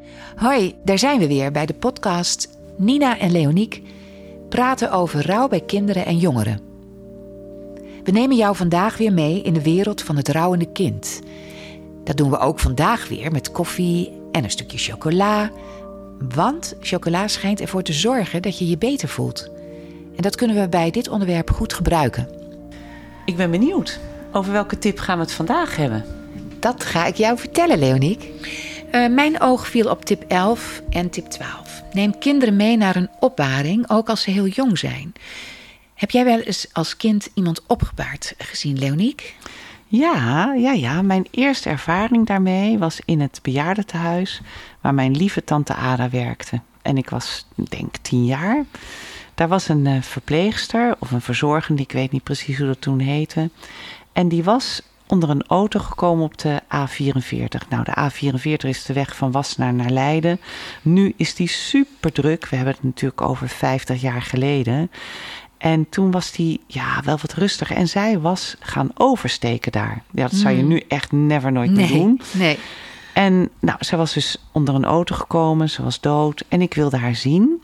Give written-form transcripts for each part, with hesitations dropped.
Hoi, daar zijn we weer bij de podcast Nina en Leoniek praten over rouw bij kinderen en jongeren. We nemen jou vandaag weer mee in de wereld van het rouwende kind. Dat doen we ook vandaag weer met koffie en een stukje chocola. Want chocola schijnt ervoor te zorgen dat je je beter voelt. En dat kunnen we bij dit onderwerp goed gebruiken. Ik ben benieuwd. Over welke tip gaan we het vandaag hebben? Dat ga ik jou vertellen, Leoniek. Mijn oog viel op tip 11 en tip 12. Neem kinderen mee naar een opbaring, ook als ze heel jong zijn. Heb jij wel eens als kind iemand opgebaard gezien, Leoniek? Ja. Mijn eerste ervaring daarmee was in het bejaardentehuis waar mijn lieve tante Ada werkte. En ik was, denk 10 jaar. Daar was een verpleegster of een verzorgende, ik weet niet precies hoe dat toen heette. En die was onder een auto gekomen op de A44. Nou, de A44 is de weg van Wassenaar naar Leiden. Nu is die super druk. We hebben het natuurlijk over 50 jaar geleden. En toen was die wel wat rustiger. En zij was gaan oversteken daar. Ja, dat zou je nu echt nooit meer doen. Nee. En nou, zij was dus onder een auto gekomen. Ze was dood. En ik wilde haar zien.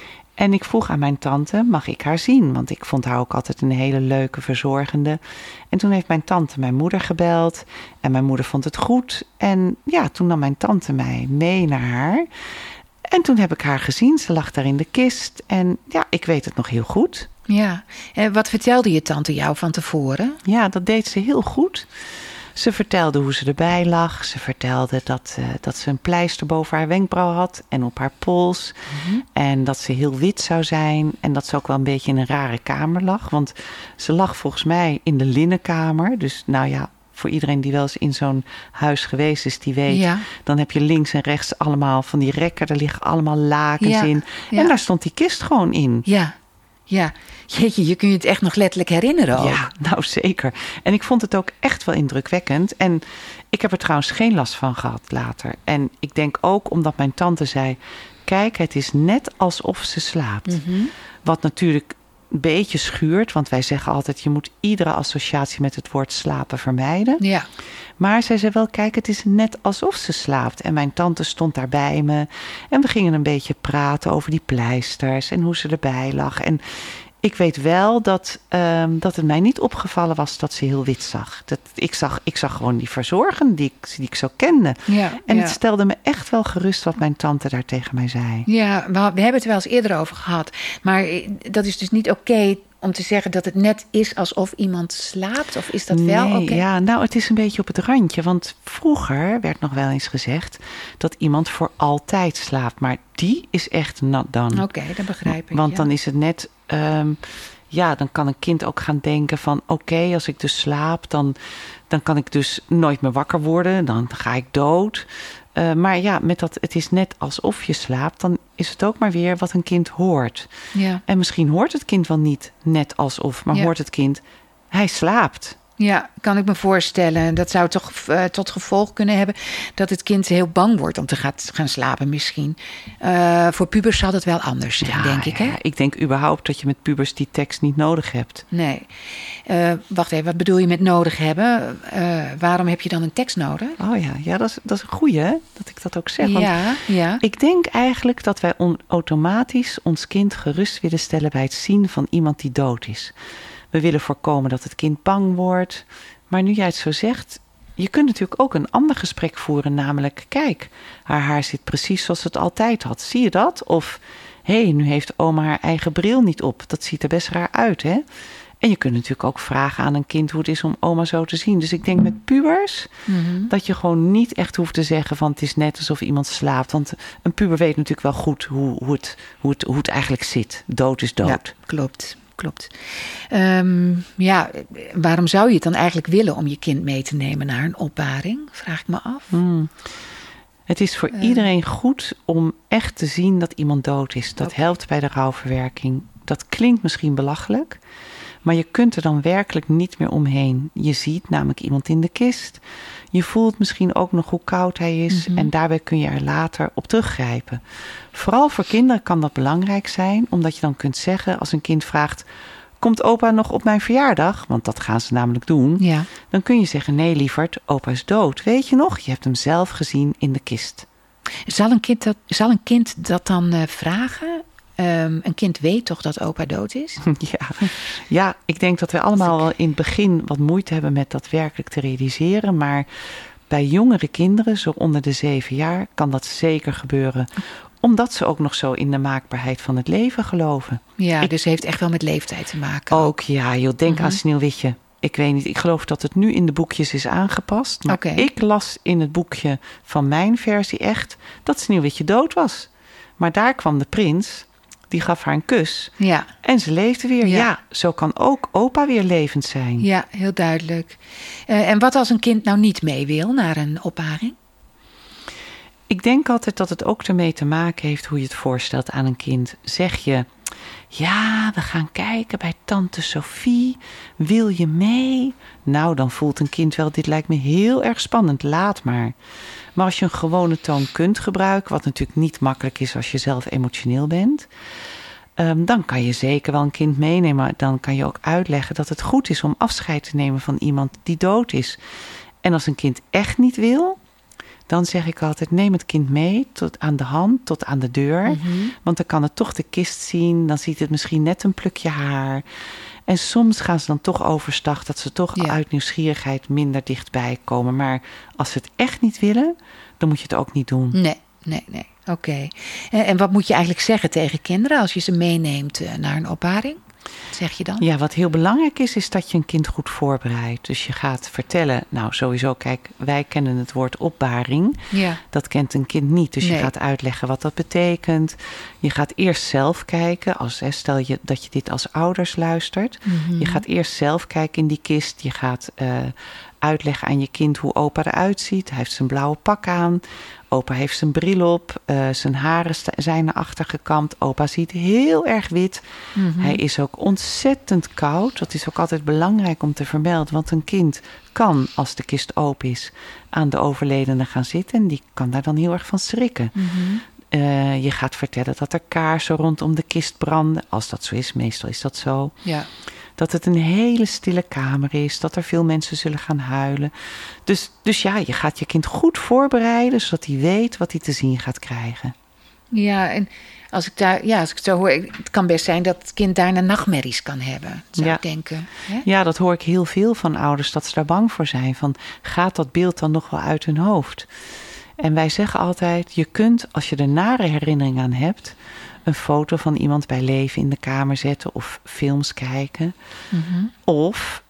En ik vroeg aan mijn tante, mag ik haar zien? Want ik vond haar ook altijd een hele leuke verzorgende. En toen heeft mijn tante mijn moeder gebeld. En mijn moeder vond het goed. En ja, toen nam mijn tante mij mee naar haar. En toen heb ik haar gezien. Ze lag daar in de kist. En ja, ik weet het nog heel goed. Ja, en wat vertelde je tante jou van tevoren? Ja, dat deed ze heel goed. Ze vertelde hoe ze erbij lag. Ze vertelde dat ze een pleister boven haar wenkbrauw had en op haar pols. Mm-hmm. En dat ze heel wit zou zijn. En dat ze ook wel een beetje in een rare kamer lag. Want ze lag volgens mij in de linnenkamer. Dus nou ja, voor iedereen die wel eens in zo'n huis geweest is, die weet. Ja. Dan heb je links en rechts allemaal van die rekken. Daar liggen allemaal lakens in. Ja. En daar stond die kist gewoon in. Ja, jeetje, je kunt je het echt nog letterlijk herinneren ook. Ja, nou zeker. En ik vond het ook echt wel indrukwekkend. En ik heb er trouwens geen last van gehad later. En ik denk ook omdat mijn tante zei, kijk, het is net alsof ze slaapt. Mm-hmm. Wat natuurlijk een beetje schuurt, want wij zeggen altijd, je moet iedere associatie met het woord slapen vermijden. Ja. Maar zij zei wel, kijk, het is net alsof ze slaapt. En mijn tante stond daar bij me. En we gingen een beetje praten over die pleisters en hoe ze erbij lag. En ik weet wel dat het mij niet opgevallen was dat ze heel wit zag. Ik zag gewoon die verzorgende die ik zo kende. Ja, en het stelde me echt wel gerust wat mijn tante daar tegen mij zei. Ja, we hebben het er wel eens eerder over gehad. Maar dat is dus niet oké om te zeggen dat het net is alsof iemand slaapt? Of is dat wel oké? Ja, nou, het is een beetje op het randje. Want vroeger werd nog wel eens gezegd dat iemand voor altijd slaapt. Maar die is echt not done. Oké, dat begrijp ik. Want dan is het net, dan kan een kind ook gaan denken van oké, als ik dus slaap, dan kan ik dus nooit meer wakker worden. Dan ga ik dood. Maar ja, met dat het is net alsof je slaapt, dan is het ook maar weer wat een kind hoort. Ja. En misschien hoort het kind wel niet net alsof, maar hoort het kind, hij slaapt. Ja, kan ik me voorstellen. Dat zou toch tot gevolg kunnen hebben dat het kind heel bang wordt om te gaan slapen misschien. Voor pubers zal dat wel anders zijn, denk ik. Hè? Ja, ik denk überhaupt dat je met pubers die tekst niet nodig hebt. Nee. Wacht even, wat bedoel je met nodig hebben? Waarom heb je dan een tekst nodig? Oh ja, dat is een goeie, hè? Dat ik dat ook zeg. Want ik denk eigenlijk dat wij automatisch ons kind gerust willen stellen bij het zien van iemand die dood is. We willen voorkomen dat het kind bang wordt. Maar nu jij het zo zegt, je kunt natuurlijk ook een ander gesprek voeren. Namelijk, kijk, haar haar zit precies zoals het altijd had. Zie je dat? Of, nu heeft oma haar eigen bril niet op. Dat ziet er best raar uit, hè? En je kunt natuurlijk ook vragen aan een kind hoe het is om oma zo te zien. Dus ik denk met pubers dat je gewoon niet echt hoeft te zeggen van het is net alsof iemand slaapt. Want een puber weet natuurlijk wel goed hoe het eigenlijk zit. Dood is dood. Ja, klopt. Waarom zou je het dan eigenlijk willen om je kind mee te nemen naar een opbaring? Vraag ik me af. Het is voor iedereen goed om echt te zien dat iemand dood is. Dat helpt bij de rouwverwerking. Dat klinkt misschien belachelijk, maar je kunt er dan werkelijk niet meer omheen. Je ziet namelijk iemand in de kist. Je voelt misschien ook nog hoe koud hij is. Mm-hmm. En daarbij kun je er later op teruggrijpen. Vooral voor kinderen kan dat belangrijk zijn. Omdat je dan kunt zeggen als een kind vraagt, komt opa nog op mijn verjaardag? Want dat gaan ze namelijk doen. Ja. Dan kun je zeggen, nee lieverd, opa is dood. Weet je nog? Je hebt hem zelf gezien in de kist. Zal een kind dat dan vragen? Een kind weet toch dat opa dood is? Ja, ik denk dat we allemaal in het begin wat moeite hebben met dat werkelijk te realiseren. Maar bij jongere kinderen, zo onder de 7 jaar, kan dat zeker gebeuren. Omdat ze ook nog zo in de maakbaarheid van het leven geloven. Ja, dus heeft echt wel met leeftijd te maken. Ook, ja, joh, denk aan Sneeuwwitje. Ik weet niet, ik geloof dat het nu in de boekjes is aangepast. Maar ik las in het boekje van mijn versie echt dat Sneeuwwitje dood was. Maar daar kwam de prins, die gaf haar een kus. Ja. En ze leefde weer. Ja, zo kan ook opa weer levend zijn. Ja, heel duidelijk. En wat als een kind nou niet mee wil naar een opbaring? Ik denk altijd dat het ook ermee te maken heeft hoe je het voorstelt aan een kind. Zeg je, ja, we gaan kijken bij tante Sophie. Wil je mee? Nou, dan voelt een kind wel, dit lijkt me heel erg spannend. Laat maar. Maar als je een gewone toon kunt gebruiken, wat natuurlijk niet makkelijk is als je zelf emotioneel bent, dan kan je zeker wel een kind meenemen. Maar dan kan je ook uitleggen dat het goed is om afscheid te nemen van iemand die dood is. En als een kind echt niet wil, dan zeg ik altijd, neem het kind mee tot aan de hand, tot aan de deur. Want dan kan het toch de kist zien. Dan ziet het misschien net een plukje haar. En soms gaan ze dan toch overstag, dat ze toch uit nieuwsgierigheid minder dichtbij komen. Maar als ze het echt niet willen, dan moet je het ook niet doen. Nee. Oké. En wat moet je eigenlijk zeggen tegen kinderen als je ze meeneemt naar een opbaring? Wat zeg je dan? Ja, wat heel belangrijk is dat je een kind goed voorbereidt. Dus je gaat vertellen, nou sowieso, kijk, wij kennen het woord opbaring. Ja. Dat kent een kind niet. Dus je gaat uitleggen wat dat betekent. Je gaat eerst zelf kijken. Stel je dat je dit als ouders luistert. Je gaat eerst zelf kijken in die kist. Je gaat uitleggen aan je kind hoe opa eruit ziet. Hij heeft zijn blauwe pak aan. Opa heeft zijn bril op. Zijn haren zijn naar achter gekamd. Opa ziet heel erg wit. Hij is ook ontzettend koud. Dat is ook altijd belangrijk om te vermelden. Want een kind kan, als de kist open is, aan de overledene gaan zitten. En die kan daar dan heel erg van schrikken. Je gaat vertellen dat er kaarsen rondom de kist branden. Als dat zo is, meestal is dat zo. Ja. Dat het een hele stille kamer is. Dat er veel mensen zullen gaan huilen. Dus ja, je gaat je kind goed voorbereiden, zodat hij weet wat hij te zien gaat krijgen. Ja, en als ik het zo hoor, het kan best zijn dat het kind daarna nachtmerries kan hebben, zou ik denken. Hè? Ja, dat hoor ik heel veel van ouders, dat ze daar bang voor zijn. Van, gaat dat beeld dan nog wel uit hun hoofd? En wij zeggen altijd, je kunt, als je er nare herinnering aan hebt, een foto van iemand bij leven in de kamer zetten of films kijken. Of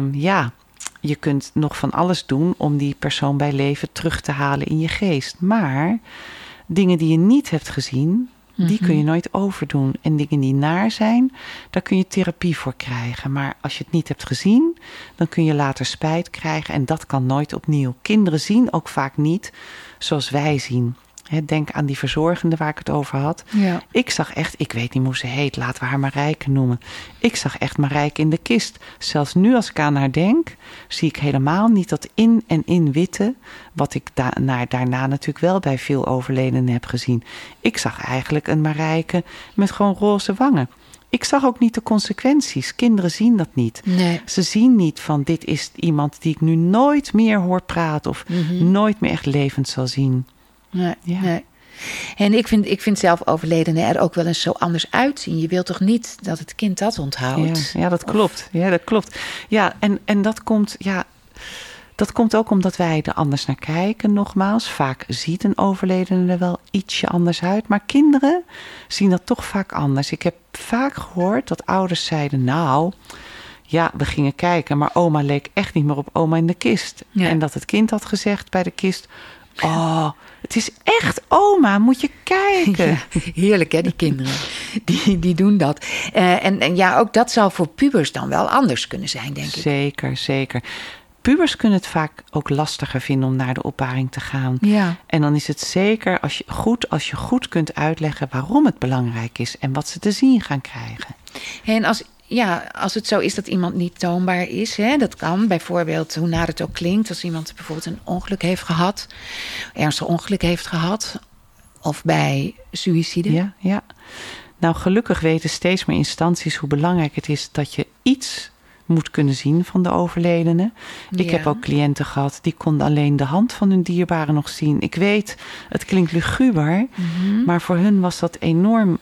je kunt nog van alles doen om die persoon bij leven terug te halen in je geest. Maar dingen die je niet hebt gezien, die kun je nooit overdoen. En dingen die naar zijn, daar kun je therapie voor krijgen. Maar als je het niet hebt gezien, dan kun je later spijt krijgen. En dat kan nooit opnieuw. Kinderen zien ook vaak niet zoals wij zien. Denk aan die verzorgende waar ik het over had. Ja. Ik zag echt, ik weet niet hoe ze heet, laten we haar Marijke noemen. Ik zag echt Marijke in de kist. Zelfs nu als ik aan haar denk, zie ik helemaal niet dat in witte, wat ik daarna natuurlijk wel bij veel overledenen heb gezien. Ik zag eigenlijk een Marijke met gewoon roze wangen. Ik zag ook niet de consequenties. Kinderen zien dat niet. Nee. Ze zien niet van, dit is iemand die ik nu nooit meer hoor praten of nooit meer echt levend zal zien. Nee. En ik vind zelf overledenen er ook wel eens zo anders uitzien. Je wilt toch niet dat het kind dat onthoudt? Ja, dat klopt. Ja, dat klopt. Ja, en dat komt ook omdat wij er anders naar kijken, nogmaals. Vaak ziet een overledene er wel ietsje anders uit. Maar kinderen zien dat toch vaak anders. Ik heb vaak gehoord dat ouders zeiden, nou, ja, we gingen kijken, maar oma leek echt niet meer op oma in de kist. Ja. En dat het kind had gezegd bij de kist, oh, het is echt oma, moet je kijken. Ja, heerlijk hè, die kinderen. Die doen dat. En ja, ook dat zal voor pubers dan wel anders kunnen zijn, denk ik. Zeker. Pubers kunnen het vaak ook lastiger vinden om naar de opbaring te gaan. Ja. En dan is het zeker als je goed kunt uitleggen waarom het belangrijk is en wat ze te zien gaan krijgen. En als het zo is dat iemand niet toonbaar is, hè, dat kan bijvoorbeeld, hoe naar het ook klinkt, als iemand bijvoorbeeld een ongeluk heeft gehad, ernstig ongeluk heeft gehad, of bij suïcide. Ja. Nou, gelukkig weten steeds meer instanties hoe belangrijk het is dat je iets moet kunnen zien van de overledene. Ik heb ook cliënten gehad die konden alleen de hand van hun dierbare nog zien. Ik weet, het klinkt luguber, maar voor hun was dat enorm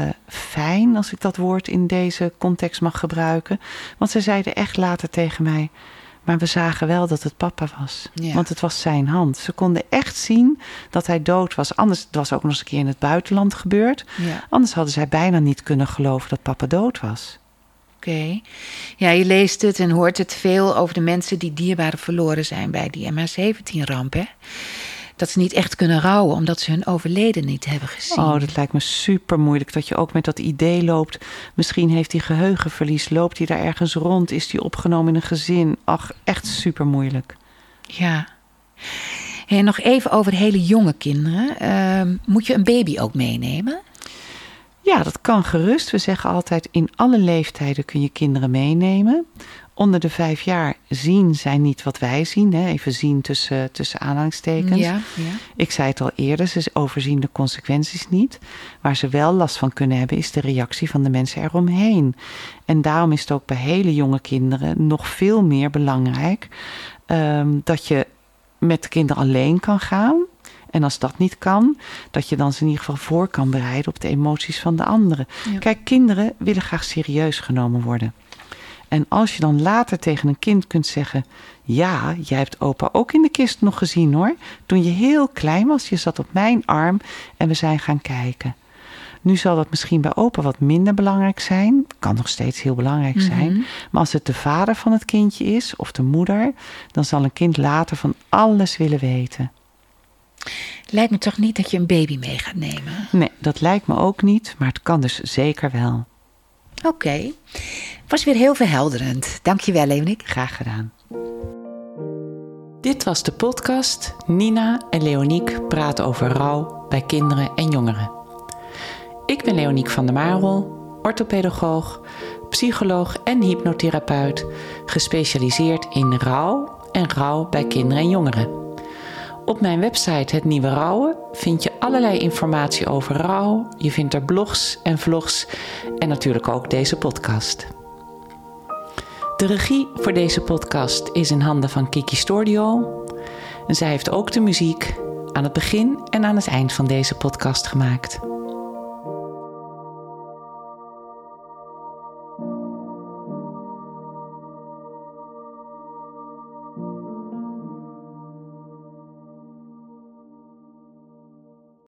fijn, als ik dat woord in deze context mag gebruiken. Want ze zeiden echt later tegen mij, maar we zagen wel dat het papa was. Ja. Want het was zijn hand. Ze konden echt zien dat hij dood was. Anders, het was ook nog eens een keer in het buitenland gebeurd. Ja. Anders hadden zij bijna niet kunnen geloven dat papa dood was. Oké. Ja, je leest het en hoort het veel over de mensen die dierbaren verloren zijn bij die MH17-ramp, hè? Dat ze niet echt kunnen rouwen omdat ze hun overleden niet hebben gezien. Oh, dat lijkt me super moeilijk. Dat je ook met dat idee loopt. Misschien heeft hij geheugenverlies. Loopt hij daar ergens rond? Is hij opgenomen in een gezin? Ach, echt super moeilijk. Ja. En nog even over hele jonge kinderen. Moet je een baby ook meenemen? Ja, dat kan gerust. We zeggen altijd, in alle leeftijden kun je kinderen meenemen. Onder de 5 jaar zien zij niet wat wij zien. Hè? Even zien tussen aanhalingstekens. Ja. Ik zei het al eerder, ze overzien de consequenties niet. Waar ze wel last van kunnen hebben, is de reactie van de mensen eromheen. En daarom is het ook bij hele jonge kinderen nog veel meer belangrijk dat je met de kinderen alleen kan gaan. En als dat niet kan, dat je dan ze in ieder geval voor kan bereiden op de emoties van de anderen. Ja. Kijk, kinderen willen graag serieus genomen worden. En als je dan later tegen een kind kunt zeggen, ja, jij hebt opa ook in de kist nog gezien hoor. Toen je heel klein was, je zat op mijn arm en we zijn gaan kijken. Nu zal dat misschien bij opa wat minder belangrijk zijn. Kan nog steeds heel belangrijk zijn. Maar als het de vader van het kindje is of de moeder, dan zal een kind later van alles willen weten. Lijkt me toch niet dat je een baby mee gaat nemen? Nee, dat lijkt me ook niet, maar het kan dus zeker wel. Oké. Was weer heel verhelderend. Dank je wel, Leonie. Graag gedaan. Dit was de podcast Nina en Leoniek praten over rouw bij kinderen en jongeren. Ik ben Leoniek van der Marel, orthopedagoog, psycholoog en hypnotherapeut, gespecialiseerd in rouw en rouw bij kinderen en jongeren. Op mijn website Het Nieuwe Rouwen vind je allerlei informatie over rouw. Je vindt er blogs en vlogs en natuurlijk ook deze podcast. De regie voor deze podcast is in handen van Kiki Stordio. En zij heeft ook de muziek aan het begin en aan het eind van deze podcast gemaakt.